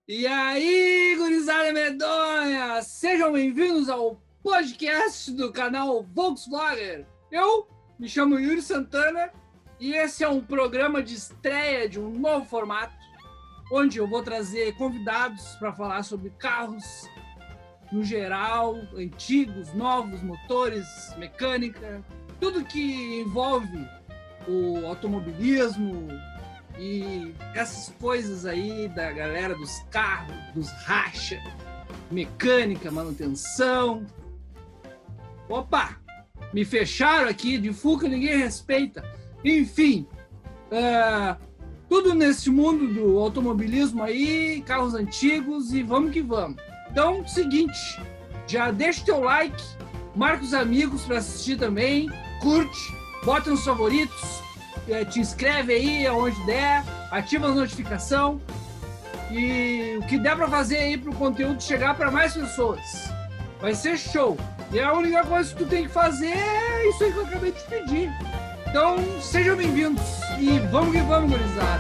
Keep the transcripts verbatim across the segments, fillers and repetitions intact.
E aí, gurizada medonha! Sejam bem-vindos ao podcast do canal Volkswagen. Eu me chamo Yuri Santana e esse é um programa de estreia de um novo formato, onde eu vou trazer convidados para falar sobre carros no geral, antigos, novos, motores, mecânica, tudo que envolve o automobilismo e essas coisas aí da galera dos carros, dos racha, mecânica, manutenção. Opa! Me fecharam aqui de Fuca, ninguém respeita. Enfim, uh, tudo nesse mundo do automobilismo aí, carros antigos e vamos que vamos. Então, seguinte, já deixa o teu like, marca os amigos para assistir também, curte, bota nos favoritos, te inscreve aí aonde der, ativa a notificação e o que der para fazer aí para o conteúdo chegar para mais pessoas. Vai ser show. E a única coisa que tu tem que fazer é isso aí que eu acabei de te pedir. Então, sejam bem-vindos e vamos que vamos, gurizada.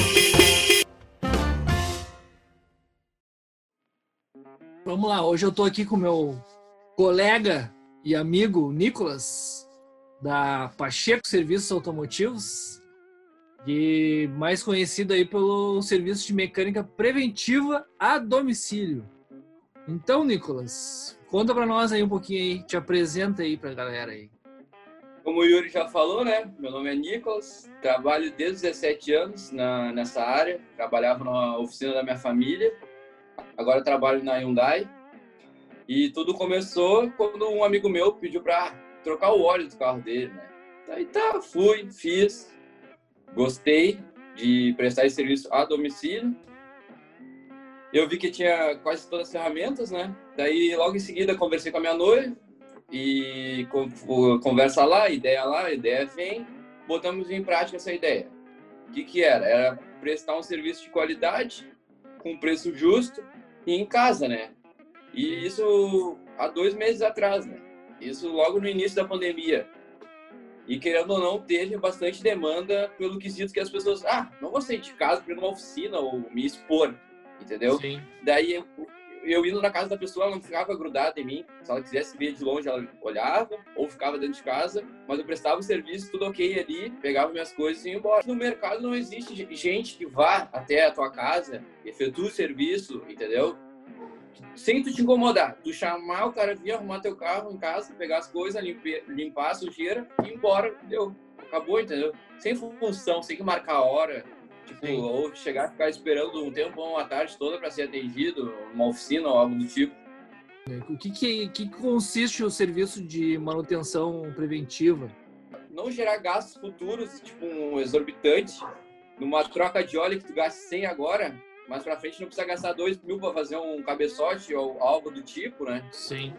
Vamos lá, hoje eu tô aqui com meu colega e amigo Nicolas, da Pacheco Serviços Automotivos, e mais conhecido aí pelo serviço de mecânica preventiva a domicílio. Então, Nicolas, conta pra nós aí um pouquinho aí, te apresenta aí pra galera aí. Como o Yuri já falou, né? Meu nome é Nicolas, trabalho desde os dezessete anos na, nessa área, trabalhava na oficina da minha família, agora trabalho na Hyundai, e tudo começou quando um amigo meu pediu pra trocar o óleo do carro dele, né? Aí tá, fui, fiz, gostei de prestar esse serviço a domicílio. Eu vi que tinha quase todas as ferramentas, né? Daí logo em seguida conversei com a minha noiva e conversa lá, ideia lá, ideia vem, botamos em prática essa ideia. O que que era? Era prestar um serviço de qualidade, com preço justo e em casa, né? E isso há dois meses atrás, né? Isso logo no início da pandemia. E querendo ou não, teve bastante demanda pelo quesito que as pessoas... Ah, não vou sair de casa para ir numa oficina ou me expor, entendeu? Sim. Daí eu, eu indo na casa da pessoa, ela não ficava grudada em mim. Se ela quisesse ver de longe, ela olhava ou ficava dentro de casa. Mas eu prestava o serviço, tudo ok ali, pegava minhas coisas e ia embora. No mercado não existe gente que vá até a tua casa, efetua o serviço, entendeu? Sem tu te incomodar, tu chamar o cara vir arrumar teu carro em casa, pegar as coisas, limpar, limpar a sujeira e ir embora, deu, acabou, entendeu? Sem função, sem que marcar a hora, tipo, ou chegar a ficar esperando um tempo ou uma tarde toda para ser atendido, numa oficina ou algo do tipo. O que, que, que consiste o serviço de manutenção preventiva? Não gerar gastos futuros, tipo um exorbitante, numa troca de óleo que tu gaste cem agora, mais pra frente não precisa gastar dois mil para fazer um cabeçote ou algo do tipo, né? Sim.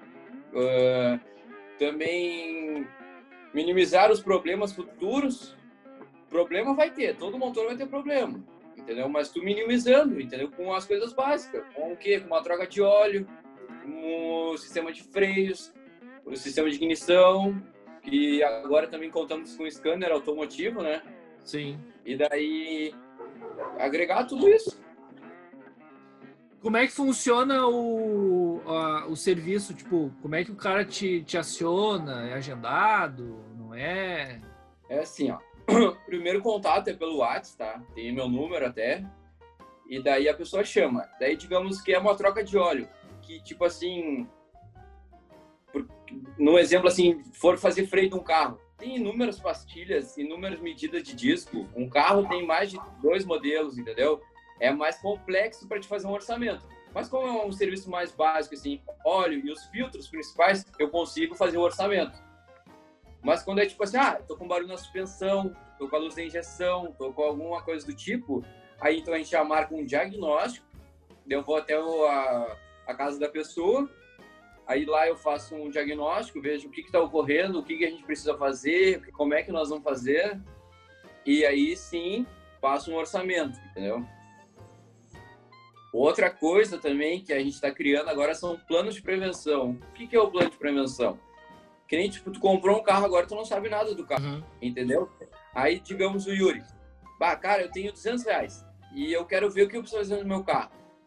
Uh, também minimizar os problemas futuros. Problema vai ter, todo motor vai ter problema, entendeu? Mas tu minimizando, entendeu? Com as coisas básicas. Com o quê? Com uma troca de óleo, com o sistema de freios, o sistema de ignição, e agora também contamos com o scanner automotivo, né? Sim. E daí agregar tudo isso. Como é que funciona o, a, o serviço? Tipo, como é que o cara te, te aciona? É agendado? Não é? É assim, ó. O primeiro contato é pelo WhatsApp, tá? Tem meu número até. E daí a pessoa chama. Daí, digamos que é uma troca de óleo. Que, tipo assim... Por, no exemplo, assim, for fazer freio de um carro. Tem inúmeras pastilhas, inúmeras medidas de disco. Um carro tem mais de dois modelos, entendeu? É mais complexo para te fazer um orçamento. Mas como é um serviço mais básico, assim, óleo e os filtros principais, eu consigo fazer o orçamento. Mas quando é tipo assim, ah, tô com barulho na suspensão, tô com a luz da injeção, tô com alguma coisa do tipo, aí então a gente já marca um diagnóstico, eu vou até o, a, a casa da pessoa, aí lá eu faço um diagnóstico, vejo o que está ocorrendo, o que, que a gente precisa fazer, como é que nós vamos fazer, e aí sim, faço um orçamento, entendeu? Outra coisa também que a gente está criando agora são planos de prevenção. O que, que é o plano de prevenção? Que nem, tipo, tu comprou um carro agora, tu não sabe nada do carro, uhum. Entendeu? Aí, digamos o Yuri, bah, cara, eu tenho duzentos reais e eu quero ver o que eu preciso fazer no meu carro.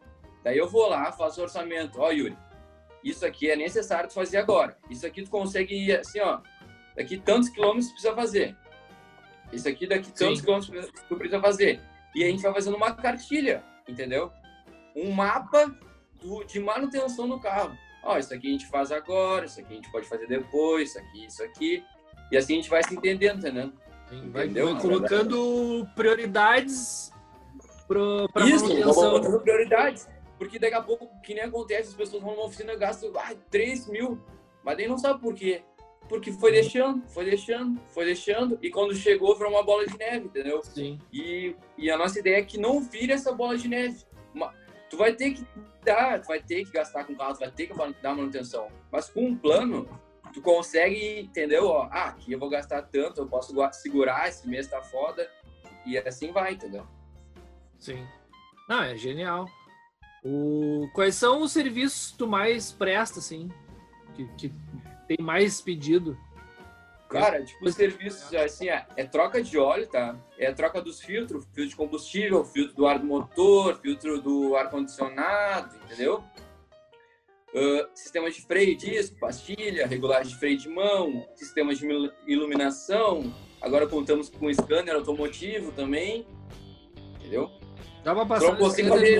Daí eu vou lá, faço o orçamento. Ó, Yuri, isso aqui é necessário tu fazer agora. Isso aqui tu consegue ir assim, ó, daqui tantos quilômetros tu precisa fazer. Isso aqui daqui tantos Sim. quilômetros tu precisa fazer. E a gente vai fazendo uma cartilha, entendeu? Um mapa do, de manutenção do carro. Ó, isso aqui a gente faz agora, isso aqui a gente pode fazer depois, isso aqui, isso aqui. E assim a gente vai se entendendo, entendeu? Vai, Entendeu? vai colocando prioridades para Isso, manutenção. vou botando prioridades. Porque daqui a pouco, que nem acontece, as pessoas vão numa oficina e gastam ah, três mil. Mas daí não sabe por quê. Porque foi deixando, foi deixando, foi deixando. E quando chegou, virou uma bola de neve, entendeu? Sim. E, e a nossa ideia é que não vire essa bola de neve. Uma, tu vai ter que dar, tu vai ter que gastar com o carro, tu vai ter que dar manutenção. Mas com um plano, tu consegue, entendeu? Ó, ah, aqui eu vou gastar tanto, eu posso segurar, esse mês tá foda. E assim vai, entendeu? Sim. Não, é genial. O... Quais são os serviços que tu mais presta, assim? Que, que tem mais pedido? Cara, tipo, os serviços, assim, é, é troca de óleo, tá? É troca dos filtros, filtro de combustível, filtro do ar do motor, filtro do ar-condicionado, entendeu? Uh, sistema de freio, disco, pastilha, regulagem de freio de mão, sistema de iluminação. Agora contamos com scanner automotivo também, entendeu? Dá pra passar Eu não consigo fazer...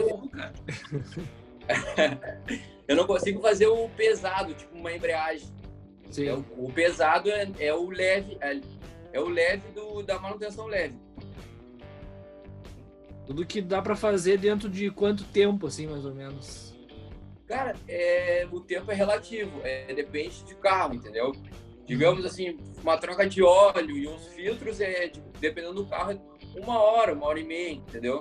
Eu não consigo fazer o pesado, tipo uma embreagem. Sim. Então, o pesado é, é o leve, é, é o leve do, da manutenção leve. Tudo que dá pra fazer dentro de quanto tempo, assim, mais ou menos? Cara, é, o tempo é relativo, é, depende de carro, entendeu? Digamos assim, uma troca de óleo e uns filtros, é, dependendo do carro, é uma hora, uma hora e meia, entendeu?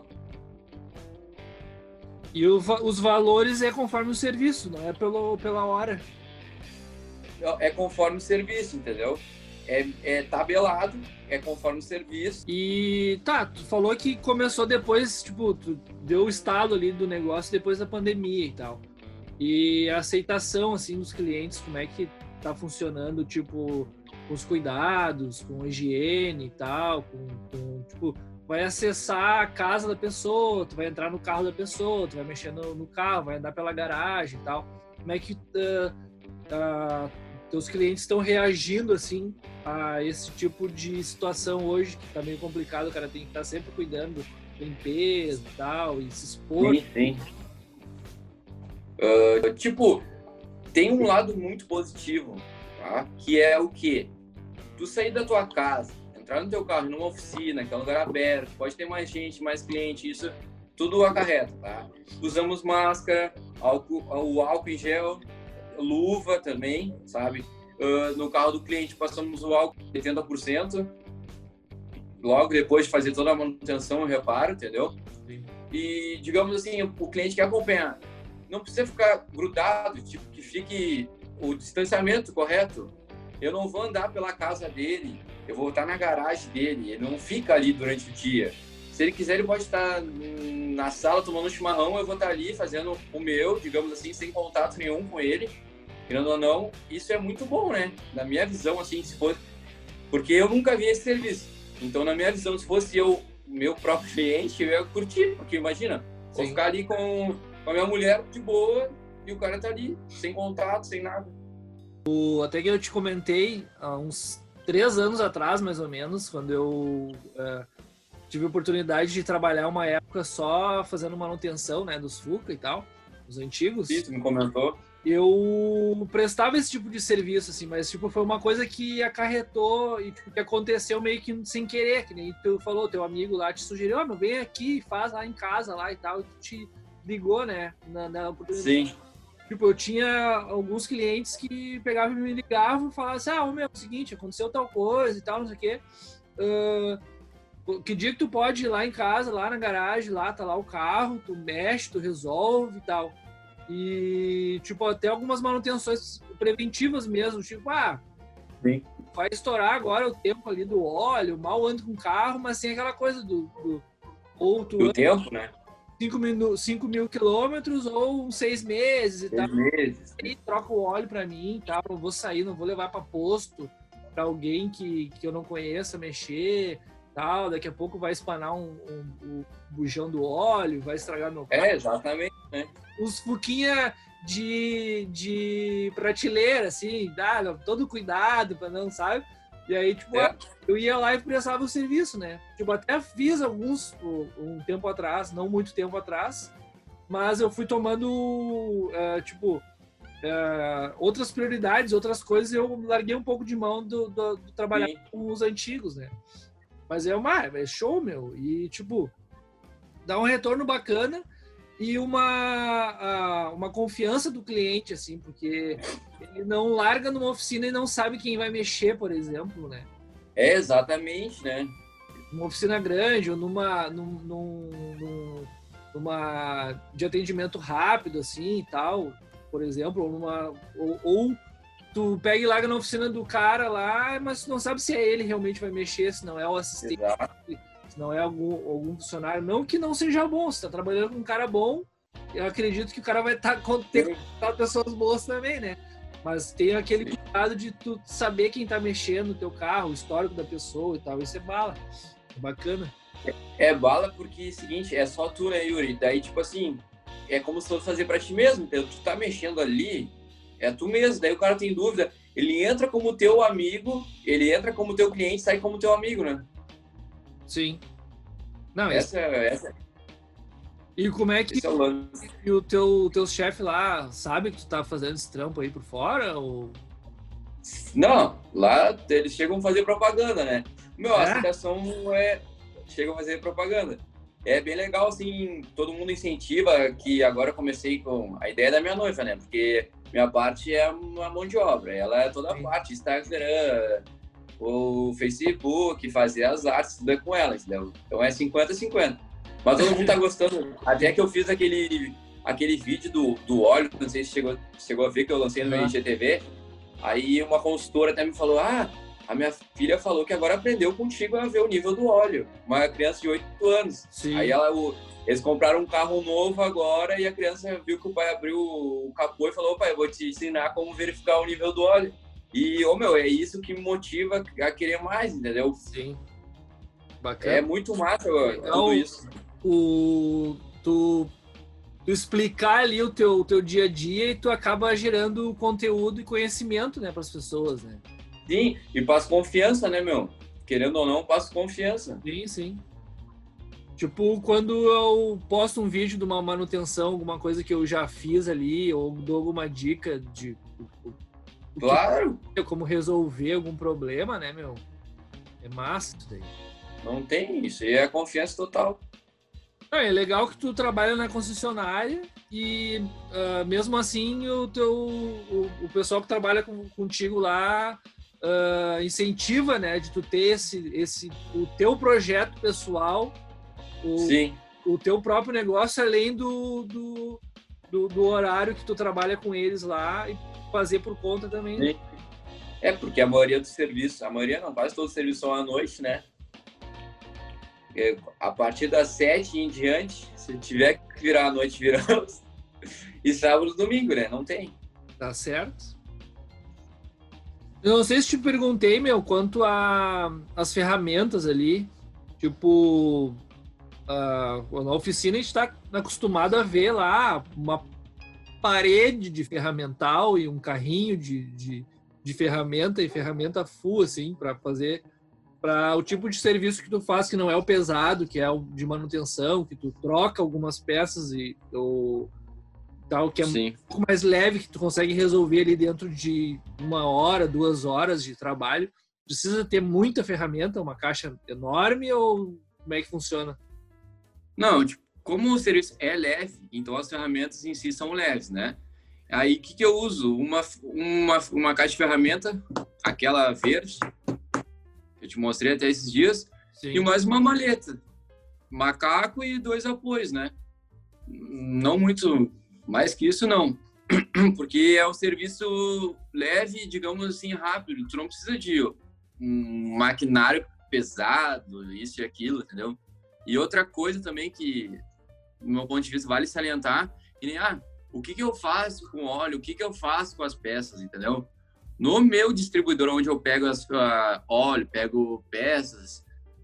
E o, os valores é conforme o serviço, não é pelo, pela hora. É conforme o serviço, entendeu? É, é tabelado, é conforme o serviço. E tá, tu falou que começou depois, tipo, tu deu o estalo ali do negócio depois da pandemia e tal. E a aceitação, assim, dos clientes, como é que tá funcionando, tipo, com os cuidados, com a higiene e tal, com, com tipo... vai acessar a casa da pessoa, tu vai entrar no carro da pessoa, tu vai mexer no, no carro, vai andar pela garagem e tal. Como é que uh, uh, teus clientes estão reagindo, assim, a esse tipo de situação hoje, que tá meio complicado, o cara tem que estar sempre cuidando da limpeza e tal, e se expor. Sim, sim. Uh, tipo, tem um lado muito positivo, tá? Que é o quê? Tu sair da tua casa, entrar no teu carro, numa oficina, que é um lugar aberto, pode ter mais gente, mais cliente, isso tudo acarreta, tá? Usamos máscara, álcool, o álcool em gel, luva também, sabe? Uh, no carro do cliente passamos o álcool setenta por cento, logo depois de fazer toda a manutenção e reparo, entendeu? Sim. E, digamos assim, o cliente quer acompanhar. Não precisa ficar grudado, tipo, que fique o distanciamento correto. Eu não vou andar pela casa dele, eu vou estar na garagem dele, ele não fica ali durante o dia. Se ele quiser, ele pode estar na sala tomando um chimarrão, eu vou estar ali fazendo o meu, digamos assim, sem contato nenhum com ele, querendo ou não. Isso é muito bom, né? Na minha visão, assim, se fosse... Porque eu nunca vi esse serviço. Então, na minha visão, se fosse eu, meu próprio cliente, eu ia curtir, porque imagina, Sim. vou ficar ali com, com a minha mulher de boa e o cara tá ali, sem contato, sem nada. O, até que eu te comentei há uns três anos atrás, mais ou menos, quando eu é, tive a oportunidade de trabalhar uma época só fazendo manutenção, né, dos Fuca e tal, os antigos. Isso, me comentou. Eu prestava esse tipo de serviço, assim, mas tipo, foi uma coisa que acarretou e tipo, que aconteceu meio que sem querer, que nem tu falou, teu amigo lá te sugeriu, oh, meu, vem aqui, faz lá em casa lá e tal, e tu te ligou, né, na, na oportunidade. Sim. Tipo, eu tinha alguns clientes que pegavam e me ligavam e falavam assim, ah, ô, meu, é o seguinte, aconteceu tal coisa e tal, não sei o quê. Uh, que dia que tu pode ir lá em casa, lá na garagem, lá tá lá o carro, tu mexe, tu resolve e tal. E, tipo, até algumas manutenções preventivas mesmo, tipo, ah, Sim. vai estourar agora o tempo ali do óleo, mal ando com o carro, mas sem aquela coisa do... do ou tu do tempo, né? cinco mil, cinco mil quilômetros ou seis meses e seis tal. Meses. Aí troca o óleo pra mim e tal, eu vou sair, não vou levar pra posto pra alguém que, que eu não conheça mexer. tal, daqui a pouco vai espanar um, um, um bujão do óleo, vai estragar meu carro. É, exatamente, né? Os fuquinha de, de prateleira, assim, dá todo cuidado para não, sabe? E aí, tipo, É. eu ia lá e prestava o serviço, né? Tipo, até fiz alguns um tempo atrás, não muito tempo atrás, mas eu fui tomando, uh, tipo, uh, outras prioridades, outras coisas, e eu larguei um pouco de mão do, do, do trabalhar Sim. com os antigos, né? Mas é uma, é show, meu. E, tipo, dá um retorno bacana e uma, uh, uma confiança do cliente, assim, porque ele não larga numa oficina e não sabe quem vai mexer, por exemplo, né? É, exatamente, né? Numa oficina grande ou numa, num, num, numa de atendimento rápido, assim, e tal, por exemplo, ou numa... Ou, ou tu pega e larga na oficina do cara lá, mas tu não sabe se é ele realmente vai mexer, se não é o assistente, Exato. se não é algum, algum funcionário. Não que não seja bom, se tá trabalhando com um cara bom, eu acredito que o cara vai tá, ter contato pessoas boas também, né? Mas tem aquele Sim. cuidado de tu saber quem tá mexendo no teu carro, o histórico da pessoa e tal, isso é bala, é bacana. É, é bala porque, seguinte, é só tu, né, Yuri? Daí, tipo assim, é como se fosse fazer pra ti mesmo, entendeu? Tu tá mexendo ali, é tu mesmo, daí o cara tem dúvida, ele entra como teu amigo, ele entra como teu cliente, sai como teu amigo, né? Sim. Não, essa, é, essa E como é que é o, e o teu, teu chefe lá sabe que tu tá fazendo esse trampo aí por fora? Ou... Não, lá eles chegam a fazer propaganda, né? Meu, é? A aceitação é... Chegam a fazer propaganda. É bem legal, assim, todo mundo incentiva, que agora eu comecei com a ideia da minha noiva, né? Porque minha parte é uma mão de obra, ela é toda a parte, Instagram, o Facebook, fazer as artes, tudo é com ela, entendeu? Então é cinquenta a cinquenta. Mas todo mundo tá gostando. Até que eu fiz aquele, aquele vídeo do, do óleo, não sei se chegou, chegou a ver, que eu lancei no I G T V. Aí uma consultora até me falou, ah, a minha filha falou que agora aprendeu contigo a ver o nível do óleo. Uma criança de oito anos. Sim. Aí ela, o, eles compraram um carro novo agora e a criança viu que o pai abriu o capô e falou, pai, eu vou te ensinar como verificar o nível do óleo. E, ô oh, meu, é isso que me motiva a querer mais, entendeu? Sim. Bacana. É muito massa Legal. Tudo isso. O, tu, tu explicar ali o teu, teu dia a dia e tu acaba gerando conteúdo e conhecimento, né, para as pessoas, né? Sim, e passa confiança, né, meu? Querendo ou não, passa confiança. Sim, sim. Tipo, quando eu posto um vídeo de uma manutenção, alguma coisa que eu já fiz ali, ou dou alguma dica de... Claro! Que, como resolver algum problema, né, meu? É massa isso daí. Não tem isso, e é confiança total. É legal que tu trabalha na concessionária e uh, mesmo assim o teu o, o pessoal que trabalha com, contigo lá uh, incentiva, né, de tu ter esse, esse o teu projeto pessoal, o, Sim. o teu próprio negócio, além do, do, do, do horário que tu trabalha com eles lá e fazer por conta também. Sim. É, porque a maioria dos serviços, a maioria não, quase todos os serviços são à noite, né? A partir das sete em diante, se tiver que virar à noite, viramos. E sábado e domingo, né? Não tem. Tá certo. Eu não sei se te perguntei, meu, quanto a as ferramentas ali. Tipo, uh, na oficina a gente tá acostumado a ver lá uma parede de ferramental e um carrinho de, de, de ferramenta e ferramenta full, assim, para fazer... para o tipo de serviço que tu faz, que não é o pesado, que é o de manutenção, que tu troca algumas peças e ou, tal, que é Sim. um pouco mais leve, que tu consegue resolver ali dentro de uma hora, duas horas de trabalho. Precisa ter muita ferramenta, uma caixa enorme, ou como é que funciona? Não, tipo, como o serviço é leve, então as ferramentas em si são leves, né? Aí o que, que eu uso? Uma, uma, uma caixa de ferramenta, aquela verde, eu te mostrei até esses dias, Sim. e mais uma maleta, macaco e dois apoios, né? Não muito mais que isso, não. Porque é um serviço leve, digamos assim, rápido. Tu não precisa de um maquinário pesado, isso e aquilo, entendeu? E outra coisa também que, do meu ponto de vista, vale salientar, que nem, ah, o que que eu faço com óleo, o que que eu faço com as peças, entendeu? No meu distribuidor, onde eu pego as, uh, óleo, pego peças,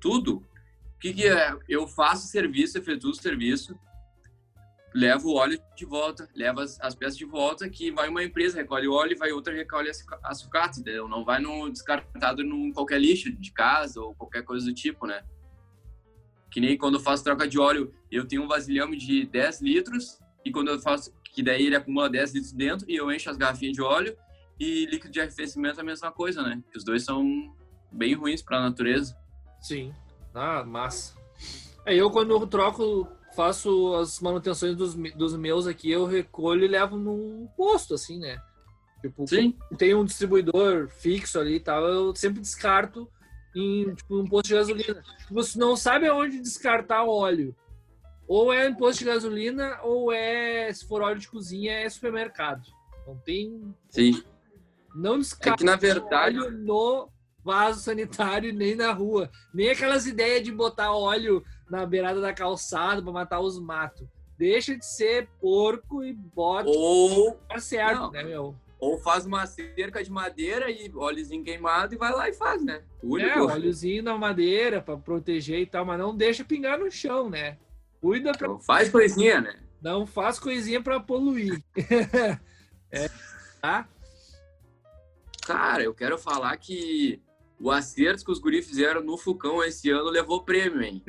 tudo. O que que é? Eu faço serviço, efetuo o serviço, levo o óleo de volta, levo as, as peças de volta, que vai uma empresa, recolhe o óleo e vai outra, recolhe as, as sucatas, entendeu? Não vai no descartado em qualquer lixo de casa ou qualquer coisa do tipo, né? Que nem quando eu faço troca de óleo, eu tenho um vasilhame de dez litros, e quando eu faço, que daí ele acumula dez litros dentro, e eu encho as garrafinhas de óleo, e líquido de arrefecimento é a mesma coisa, né? Que os dois são bem ruins para a natureza. Sim. Ah, massa. É, eu quando eu troco, faço as manutenções dos, dos meus aqui, eu recolho e levo num posto, assim, né? Tipo, Sim. Tem um distribuidor fixo ali e tal, eu sempre descarto em tipo, um posto de gasolina. Você não sabe aonde descartar óleo. Ou é em posto de gasolina, ou é, se for óleo de cozinha, é supermercado. Não tem... Sim. Não descarta é que, na verdade... óleo no vaso sanitário, nem na rua. Nem aquelas ideias de botar óleo na beirada da calçada para matar os matos. Deixa de ser porco e bota ou tá certo, não. né, meu? Ou faz uma cerca de madeira e óleozinho queimado e vai lá e faz, né? O único... É, óleozinho na madeira para proteger e tal, mas não deixa pingar no chão, né? Cuida pra... Então, faz coisinha, né? Não faz coisinha para poluir. É, tá? Cara, eu quero falar que o acerto que os guris fizeram no Fucão esse ano levou prêmio, hein?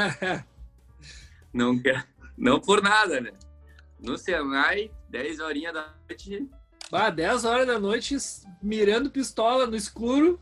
Não, quer... não por nada, né? No Senai, dez horinhas da noite... Ah, dez horas da noite mirando pistola no escuro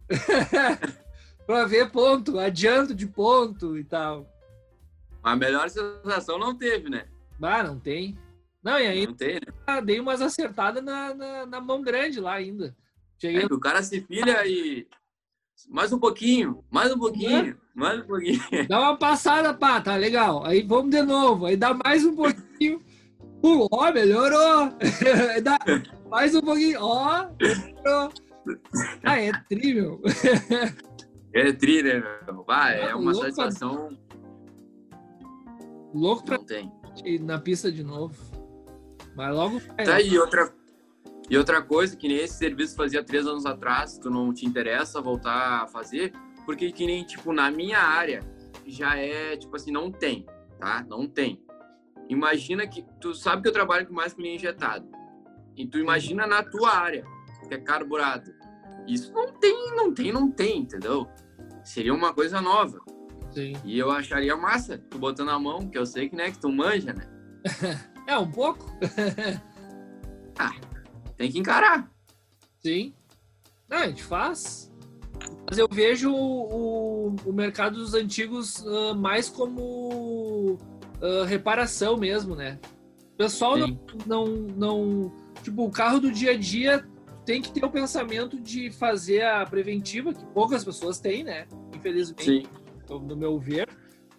pra ver ponto, adianto de ponto e tal. A melhor sensação não teve, né? Ah, não tem. Não, e aí não tem, né? Dei umas acertadas na, na, na mão grande lá ainda. Cheguei... É que o cara se pilha e... Mais um pouquinho, mais um pouquinho, é? mais um pouquinho. Dá uma passada, pá, tá legal. Aí vamos de novo, aí dá mais um pouquinho. Pô, ó, melhorou. Dá mais um pouquinho, ó, melhorou. Ah, é tri, meu. É tri, né, meu? Ah, é uma louco satisfação... Pra... Louco pra... Não tem. Ir na pista de novo. Mas logo... Tá, e outra, e outra coisa, que nem esse serviço fazia três anos atrás, tu não te interessa voltar a fazer, porque que nem, tipo, na minha área, já é, tipo assim, não tem, tá? Não tem. Imagina que... Tu sabe que eu trabalho com mais com linha injetada. E tu imagina na tua área, que é carburado. Isso não tem, não tem, não tem, entendeu? Seria uma coisa nova. Sim. E eu acharia massa, tu botando a mão, que eu sei que, né, que tu manja, né? É, um pouco. Ah, tem que encarar. Sim. Não, a gente faz. Mas eu vejo o, o mercado dos antigos uh, mais como uh, reparação mesmo, né? O pessoal não, não, não... Tipo, o carro do dia a dia tem que ter o pensamento de fazer a preventiva, que poucas pessoas têm, né? Infelizmente. Sim. No meu ver.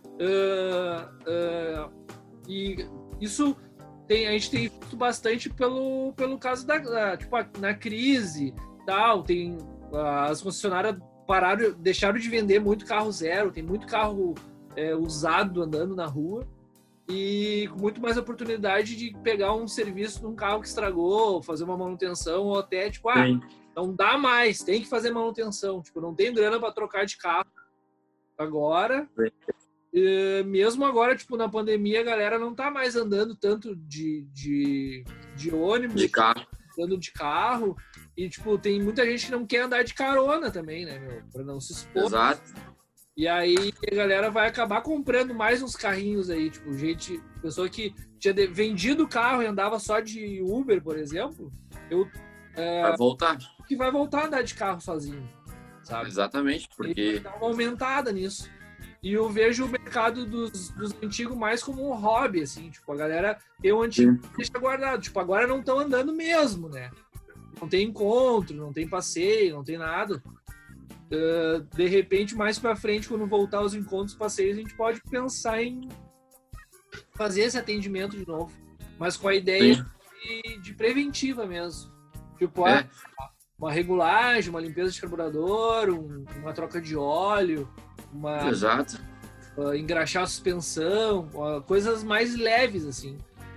Uh, uh, e isso tem, a gente tem visto bastante pelo, pelo caso da, da tipo, na crise tal, tem as concessionárias pararam, deixaram de vender muito carro zero, tem muito carro é, usado andando na rua e com muito mais oportunidade de pegar um serviço de um carro que estragou, fazer uma manutenção ou até tipo, ah, Sim. não dá mais, tem que fazer manutenção, tipo, não tem grana para trocar de carro agora. E mesmo agora, tipo, na pandemia, a galera não tá mais andando tanto de, de, de ônibus, de carro. andando de carro. E, tipo, tem muita gente que não quer andar de carona também, né, meu? Pra não se expor. Exato. E aí a galera vai acabar comprando mais uns carrinhos aí, tipo, gente, pessoa que tinha vendido o carro e andava só de Uber, por exemplo, eu... É, vai voltar. Que vai voltar a andar de carro sozinho, sabe? Exatamente, porque... E vai dar uma aumentada nisso. E eu vejo o mercado dos, dos antigos mais como um hobby, assim, tipo, a galera tem um antigo Sim. que deixa guardado, tipo, agora não estão andando mesmo, né? Não tem encontro, não tem passeio, não tem nada. Uh, de repente, mais pra frente, quando voltar os encontros, passeios, a gente pode pensar em fazer esse atendimento de novo, mas com a ideia de, de preventiva mesmo. Tipo, é. uma regulagem, uma limpeza de carburador, um, uma troca de óleo, uma, Exato. Uh, engraxar a suspensão, uh, coisas mais leves, assim.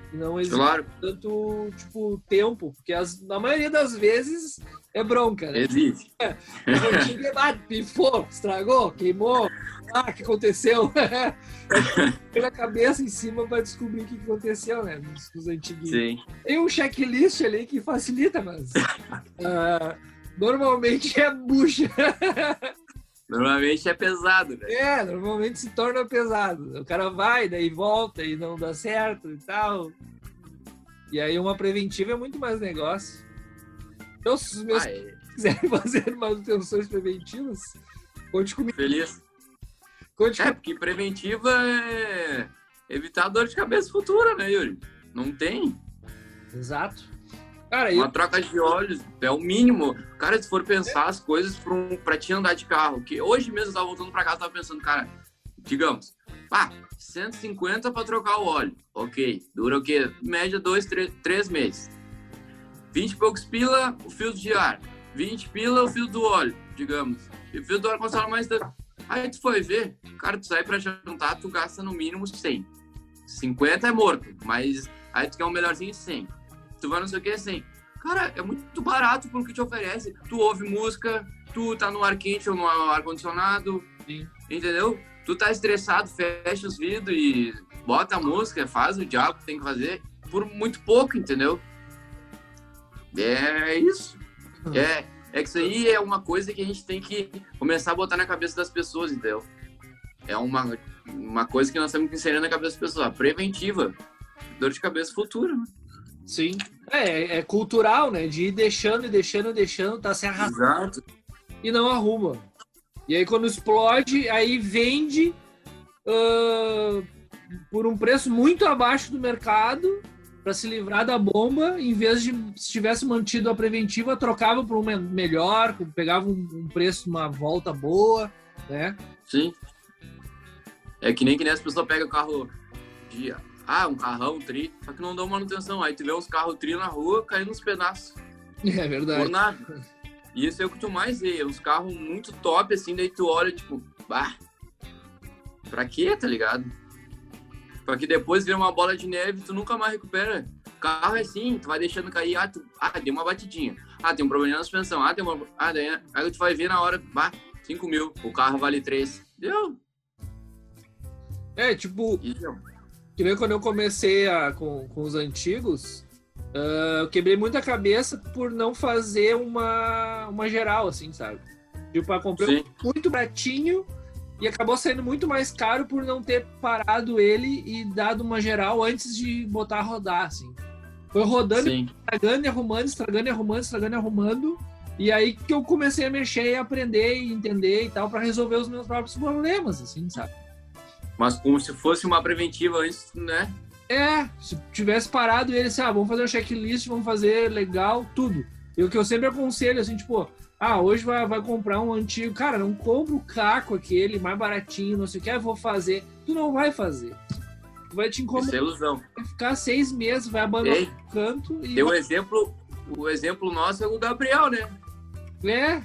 E não exige Claro. tanto, tipo, tempo, porque as, na maioria das vezes é bronca, né? Existe. Ah, pifou, estragou, queimou, ah, o que aconteceu? Pela cabeça em cima para descobrir o que aconteceu, né? Nos, nos antiguinhos. Sim. Tem um checklist ali que facilita, mas uh, normalmente é bucha. Normalmente é pesado, né? É, normalmente se torna pesado. O cara vai, daí volta e não dá certo e tal. E aí uma preventiva é muito mais negócio. Então, se os meus Ah, é. quiserem fazer manutenções preventivas, conte comigo. Feliz. Conte É, comigo. porque preventiva é evitar dor de cabeça futura, né, Yuri? Não tem. Exato. Cara, Uma eu... troca de óleos é o mínimo. Cara, se for pensar as coisas pra, um, pra te andar de carro, que hoje mesmo eu tava voltando pra casa, eu tava pensando, cara, digamos, ah, cento e cinquenta pra trocar o óleo. Ok, dura o quê? Média dois, três, três meses. vinte e poucos pila o filtro de ar. vinte pila o filtro do óleo, digamos. E o filtro do ar consola mais... Aí tu foi ver, cara, tu sai pra jantar, tu gasta no mínimo cem. cinquenta é morto, mas aí tu quer um melhorzinho, cem. Tu vai não sei o que, cem. Cara, é muito barato pro que te oferece. Tu ouve música, tu tá no ar quente ou no ar-condicionado, entendeu? Tu tá estressado, fecha os vidros e bota a música, faz o diabo que tem que fazer por muito pouco, entendeu? É isso. É, é que isso aí é uma coisa que a gente tem que começar a botar na cabeça das pessoas, entendeu? É uma, uma coisa que nós temos que inserir na cabeça das pessoas. A preventiva. Dor de cabeça futura, né? Sim. É, é cultural, né? De ir deixando e deixando e deixando, tá se arrastando. Exato. E não arruma. E aí quando explode, aí vende uh, por um preço muito abaixo do mercado para se livrar da bomba, em vez de, se tivesse mantido a preventiva, trocava por uma melhor, pegava um, um preço, uma volta boa, né? Sim. É que nem que nem as pessoas pegam o carro de... Ah, um carrão, um tri, só que não dão manutenção. Aí tu vê uns carros tri na rua caindo nos pedaços. É verdade. Por nada. E isso é o que tu mais vê. Uns carros muito top, assim, daí tu olha, tipo, bah, pra quê, tá ligado? Pra que depois vira uma bola de neve e tu nunca mais recupera. O carro é assim, tu vai deixando cair, ah, tu, ah deu uma batidinha. Ah, tem um problema na suspensão. Ah, tem uma... Ah, daí, aí tu vai ver na hora, bah, cinco mil. O carro vale três. Deu. É, tipo... Isso. Que nem quando eu comecei a, com, com os antigos, uh, eu quebrei muita cabeça por não fazer uma, uma geral, assim, sabe? Tipo, eu comprei um muito baratinho e acabou saindo muito mais caro por não ter parado ele e dado uma geral antes de botar a rodar, assim. Foi rodando, Sim. estragando e arrumando, estragando e arrumando, estragando e arrumando. E aí que eu comecei a mexer e aprender e entender e tal para resolver os meus próprios problemas, assim, sabe? Mas como se fosse uma preventiva antes, né? É, se tivesse parado ele, assim, ah, vamos fazer um checklist, vamos fazer legal, tudo. E o que eu sempre aconselho, assim, tipo, ah, hoje vai, vai comprar um antigo. Cara, não compra o caco aquele, mais baratinho, não sei o que, eu vou fazer. Tu não vai fazer. Tu vai te incomodar. Isso é ilusão. Vai ficar seis meses, vai abandonar Ei, o canto e... Tem um exemplo, o exemplo nosso é o Gabriel, né? É.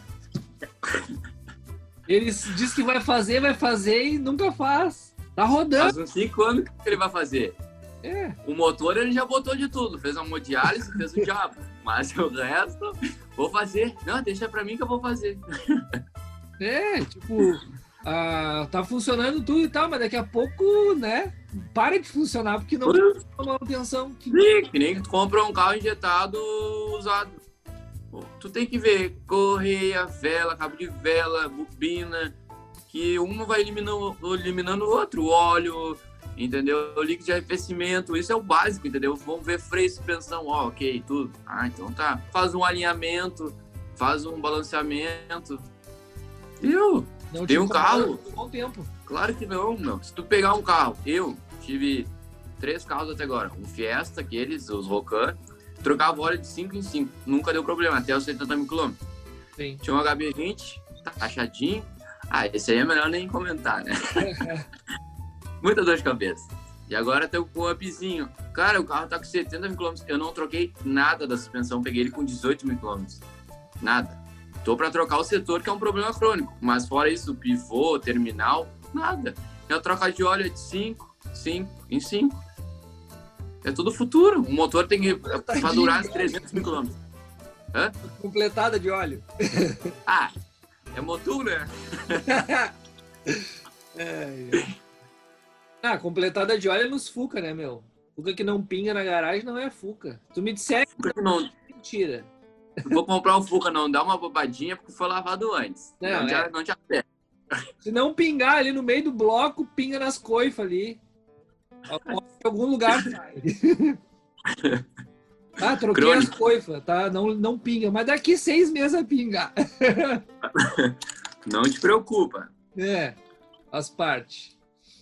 Ele diz que vai fazer, vai fazer e nunca faz. Tá rodando. Faz uns cinco anos que ele vai fazer. É. O motor ele já botou de tudo. Fez uma hemodiálise, fez o diabo. Mas o resto, vou fazer. Não, deixa pra mim que eu vou fazer. É, tipo, ah, tá funcionando tudo e tal, mas daqui a pouco, né, para de funcionar porque não tem manutenção. Que... Sim, que nem tu compra um carro injetado usado. Tu tem que ver correia, vela, cabo de vela, bobina, que um vai eliminando, eliminando o outro, o óleo, entendeu? O líquido de arrefecimento, isso é o básico, entendeu? Vamos ver freio, suspensão, ó, ok, tudo. Ah, então tá. Faz um alinhamento, faz um balanceamento. Viu? Não tem um carro? Por um bom tempo. Claro que não, meu. Se tu pegar um carro, eu tive três carros até agora. Um Fiesta, aqueles, os Rocan, trocava óleo de cinco em cinco. Nunca deu problema, até os setenta mil quilômetros. Sim. Tinha um H B vinte, taxadinho. Ah, esse aí é melhor nem comentar, né? Muita dor de cabeça. E agora tem com o upzinho. Cara, o carro tá com setenta mil quilômetros. Eu não troquei nada da suspensão. Peguei ele com dezoito mil quilômetros. Nada. Tô pra trocar o setor, que é um problema crônico. Mas fora isso, pivô, terminal, nada. E a troca de óleo é de cinco, cinco em cinco. É tudo futuro. O motor tem que Completadinho pra durar de trezentos mil quilômetros. Hã? Completada de óleo. Ah, é motor, né? É, é. Ah, completada de óleo é nos Fuca, né, meu? Fuca que não pinga na garagem não é Fuca. Tu me disser que Não, é mentira. vou comprar o Fuca, não dá uma bobadinha porque foi lavado antes. Não, Não, te, é. não te aperta. Se não pingar ali no meio do bloco, pinga nas coifas ali. Em algum lugar sai. Ah, troquei Crônica. as coifas, tá? Não, não pinga, mas daqui seis meses vai pingar. Não te preocupa. É, faz parte.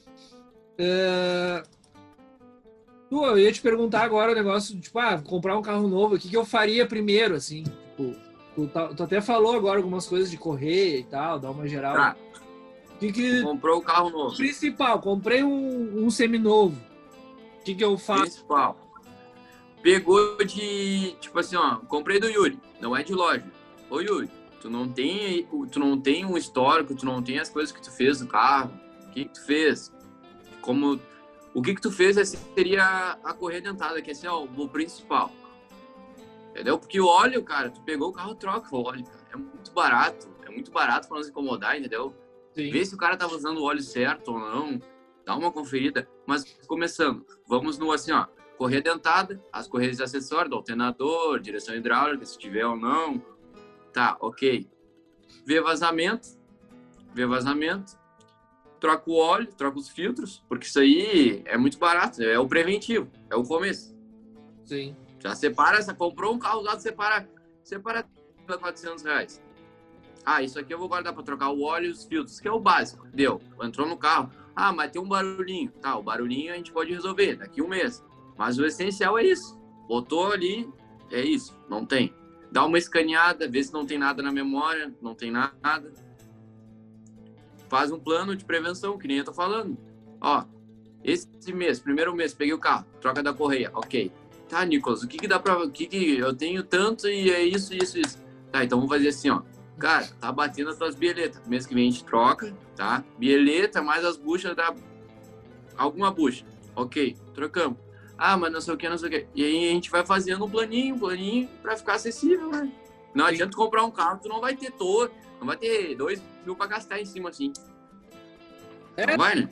É... Pô, eu ia te perguntar agora o negócio, tipo, ah, comprar um carro novo, o que, que eu faria primeiro, assim? Tipo, tu, tá- tu até falou agora algumas coisas de correr e tal, dar uma geral. Tá, O que que... comprou o carro novo. Principal, comprei um, um seminovo. O que que eu faço? Principal. Pegou de, tipo assim, ó, comprei do Yuri, não é de loja. Ô Yuri, tu não tem, tu não tem um histórico, tu não tem as coisas que tu fez no carro. O que que tu fez? Como, o que que tu fez assim, seria a correia dentada, que é assim, ó, o principal. Entendeu? Porque o óleo, cara, tu pegou o carro, troca o óleo, cara. É muito barato, é muito barato pra não se incomodar, entendeu? Sim. Vê se o cara tava usando o óleo certo ou não, dá uma conferida. Mas começando, vamos no assim, ó, correia dentada, as correias de acessório, do alternador, direção hidráulica, se tiver ou não. Tá, ok. Vê vazamento, vê vazamento, troca o óleo, troca os filtros, porque isso aí é muito barato, é o preventivo, é o começo. Sim. Já separa, essa, comprou um carro usado, separa, separa quatrocentos reais. Ah, isso aqui eu vou guardar para trocar o óleo e os filtros, que é o básico. Deu, entrou no carro. Ah, mas tem um barulhinho. Tá, o barulhinho a gente pode resolver daqui a um mês. Mas o essencial é isso. Botou ali, é isso, não tem. Dá uma escaneada, vê se não tem nada na memória, não tem nada. Faz um plano de prevenção, que nem eu tô falando. Ó, esse mês, primeiro mês, peguei o carro, troca da correia, ok. Tá, Nicolas, o que que dá pra... O que que eu tenho tanto e é isso, isso, isso. Tá, então vamos fazer assim, ó. Cara, tá batendo as tuas bieletas. Mês que vem a gente troca, tá? Bieleta mais as buchas da... Alguma bucha. Ok, trocamos. Ah, mas não sei o que, não sei o que. E aí a gente vai fazendo um planinho, um planinho pra ficar acessível, né? Não adianta tu comprar um carro, tu não vai ter todo, não vai ter dois mil pra gastar em cima assim. É. Não vai, né?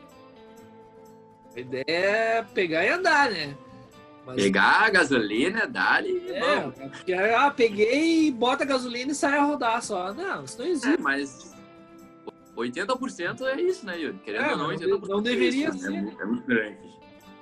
A ideia é pegar e andar, né? Mas... Pegar a gasolina, dá-lhe. É, vamos. porque, ah, peguei, bota a gasolina e sai a rodar só. Não, isso não É, existe. mas oitenta por cento é isso, né, Yuri? Querendo É, ou não, não oitenta por cento não deveria é isso, ser. né? É muito, é muito grande.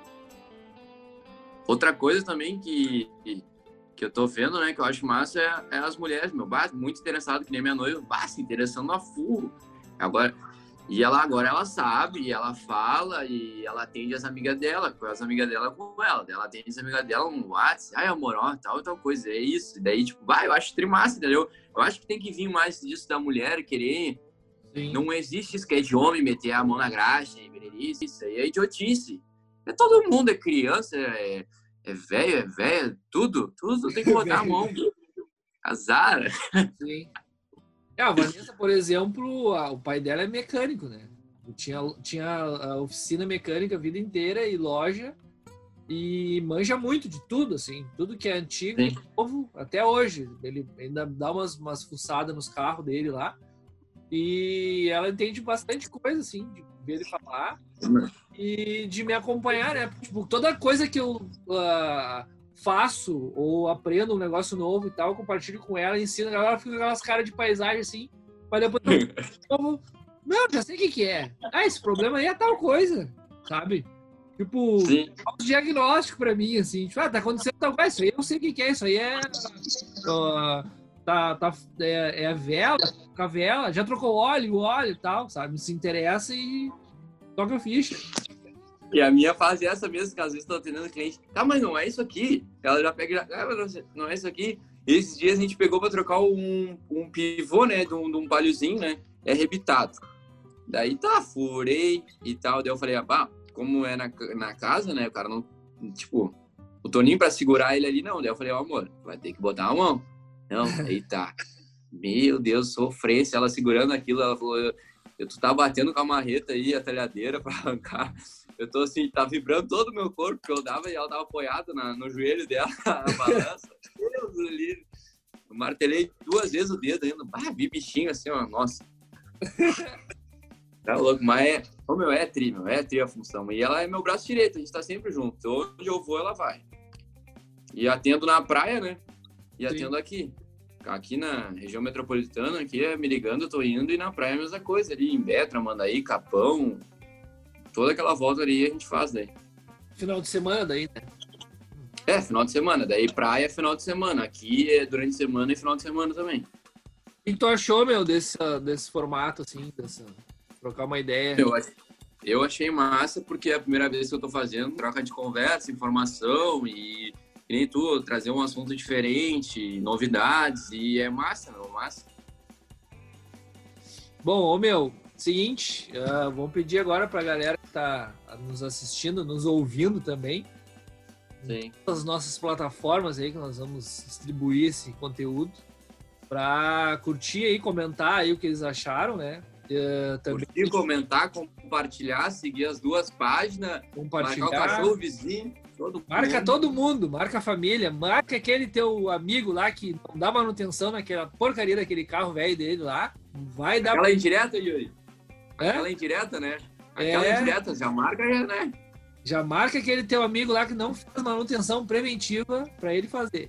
Outra coisa também que, que eu tô vendo, né, que eu acho massa é, é as mulheres, meu, bah, muito interessado, que nem minha noiva, bah, se interessando a full. Agora, e ela agora ela sabe, e ela fala, e ela atende as amigas dela, com as amigas dela com ela. Ela atende as amigas dela no WhatsApp, ai amor, ó, tal, tal coisa, é isso. E daí, tipo, vai, eu acho trimassa, entendeu? Eu acho que tem que vir mais disso da mulher querer. Sim. Não existe isso que é de homem meter a mão na graxa, e bererice, isso aí é idiotice. É todo mundo, é criança, é, é velho, é velha, tudo, tudo tem que botar a mão. Azar. Sim. É, a Vanessa, por exemplo, a- o pai dela é mecânico, né? Tinha, tinha a oficina mecânica a vida inteira e loja e manja muito de tudo, assim. Tudo que é antigo e Sim. novo, até hoje. Ele ainda dá umas, umas fuçadas nos carros dele lá. E ela entende bastante coisa, assim, de ver ele falar e de me acompanhar, né? Tipo, toda coisa que eu ah, faço ou aprendo um negócio novo e tal, eu compartilho com ela, ensino, ela fica com aquelas caras de paisagem assim, mas depois eu vou, não, já sei o que que é. Ah, esse problema aí é tal coisa, sabe? Tipo, Sim. um diagnóstico pra mim, assim, tipo, ah, tá acontecendo tal coisa, isso aí eu sei o que que é, isso aí é ó, tá, tá, é, é a vela, com a vela, já trocou óleo, o óleo e tal, sabe? Se interessa e toca a ficha. E a minha fase é essa mesmo, que às vezes estou atendendo cliente. Tá, mas não é isso aqui. Ela já pega e já... Ah, mas não é isso aqui. E esses dias a gente pegou para trocar um, um pivô, né? De um, de um palhozinho, né? É rebitado. Daí tá, furei e tal. Daí eu falei, ah, pá, como é na, na casa, né? O cara não... Tipo, o Toninho para segurar ele ali, não. Daí eu falei, ó, oh, amor, vai ter que botar a mão. Não, aí tá. Meu Deus, sofrência. Ela segurando aquilo, ela falou... Eu, tu tá batendo com a marreta aí, a talhadeira para arrancar. Eu tô assim, tá vibrando todo o meu corpo, porque eu dava e ela tava apoiada na, no joelho dela, na balança. Deus do livro. Eu martelei duas vezes o dedo ainda. Ah, vi bichinho assim, ó, nossa. Tá louco, mas é, oh, meu, é tri, meu, é tri a função. E ela é meu braço direito, a gente tá sempre junto. Onde eu vou, ela vai. E atendo na praia, né? E Sim. atendo aqui. Aqui na região metropolitana, aqui é me ligando, eu tô indo, e na praia é a mesma coisa. Ali em Betra, Mandaí, Capão, toda aquela volta ali a gente faz daí. Final de semana daí, né? É, final de semana. Daí praia é final de semana. Aqui é durante a semana e final de semana também. O que tu achou, meu, desse, desse formato, assim, dessa... trocar uma ideia? Eu, eu achei massa, porque é a primeira vez que eu tô fazendo troca de conversa, informação e, que nem tu, trazer um assunto diferente, novidades, e é massa, meu, massa. Bom, ô, meu, seguinte, uh, vamos pedir agora pra galera que tá nos assistindo, nos ouvindo também, Sim. as nossas plataformas aí que nós vamos distribuir esse conteúdo, para curtir aí, comentar aí o que eles acharam, né? Uh, também... Curtir, comentar, compartilhar, seguir as duas páginas, compartilhar, marcar o cachorro, o vizinho, todo marca mundo. todo mundo, marca a família, marca aquele teu amigo lá que não dá manutenção naquela porcaria daquele carro velho dele lá, vai dar... Aquela indireta, Yuri? É? Aquela indireta, né? Aquela é... indireta, já marca, já, né? Já marca aquele teu amigo lá que não faz manutenção preventiva para ele fazer.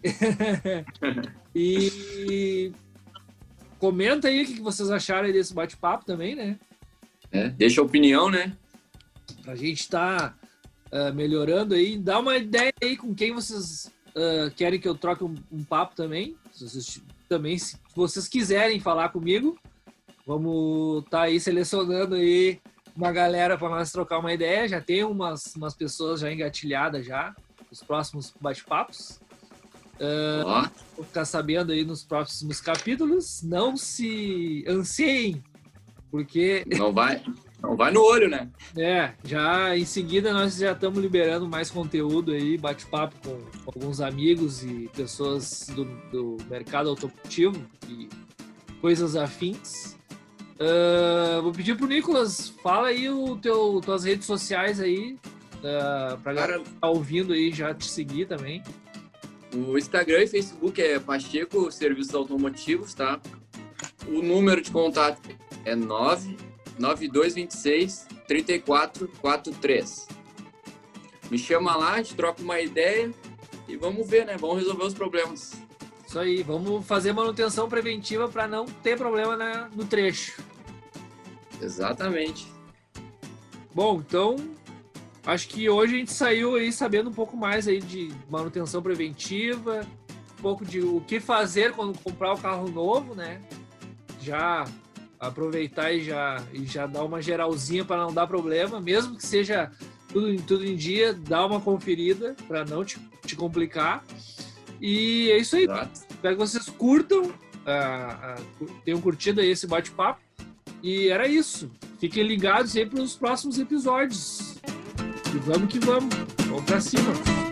E comenta aí o que vocês acharam aí desse bate-papo também, né? É, deixa a opinião, né? Pra gente tá uh, melhorando aí. Dá uma ideia aí com quem vocês uh, querem que eu troque um, um papo também. Se vocês, também, se vocês quiserem falar comigo, vamos tá aí selecionando aí uma galera para nós trocar uma ideia. Já tem umas, umas pessoas já engatilhadas já, os próximos bate-papos. Uh, oh. Vou ficar sabendo aí nos próximos capítulos. Não se ansiem, porque... Não vai, não vai no olho, né? É, já em seguida nós já estamos liberando mais conteúdo aí, bate-papo com, com alguns amigos e pessoas do, do mercado automotivo e coisas afins. Uh, vou pedir pro Nicolas, fala aí o teu, tuas redes sociais aí, uh, pra galera que tá ouvindo aí já te seguir também. O Instagram e Facebook é Pacheco Serviços Automotivos, tá? O número de contato é nove nove dois dois seis, três quatro quatro três. Me chama lá, a gente troca uma ideia e vamos ver, né? Vamos resolver os problemas. Isso aí, vamos fazer manutenção preventiva para não ter problema na, no trecho. Exatamente. Bom, então, acho que hoje a gente saiu aí sabendo um pouco mais aí de manutenção preventiva, um pouco de o que fazer quando comprar o carro novo, né? Já aproveitar e já, e já dar uma geralzinha para não dar problema, mesmo que seja tudo, tudo em dia, dá uma conferida para não te, te complicar. E é isso aí. Exato. Espero que vocês curtam, uh, uh, tenham curtido aí esse bate-papo. E era isso. Fiquem ligados aí para os próximos episódios. E vamos que vamos. Vamos para cima.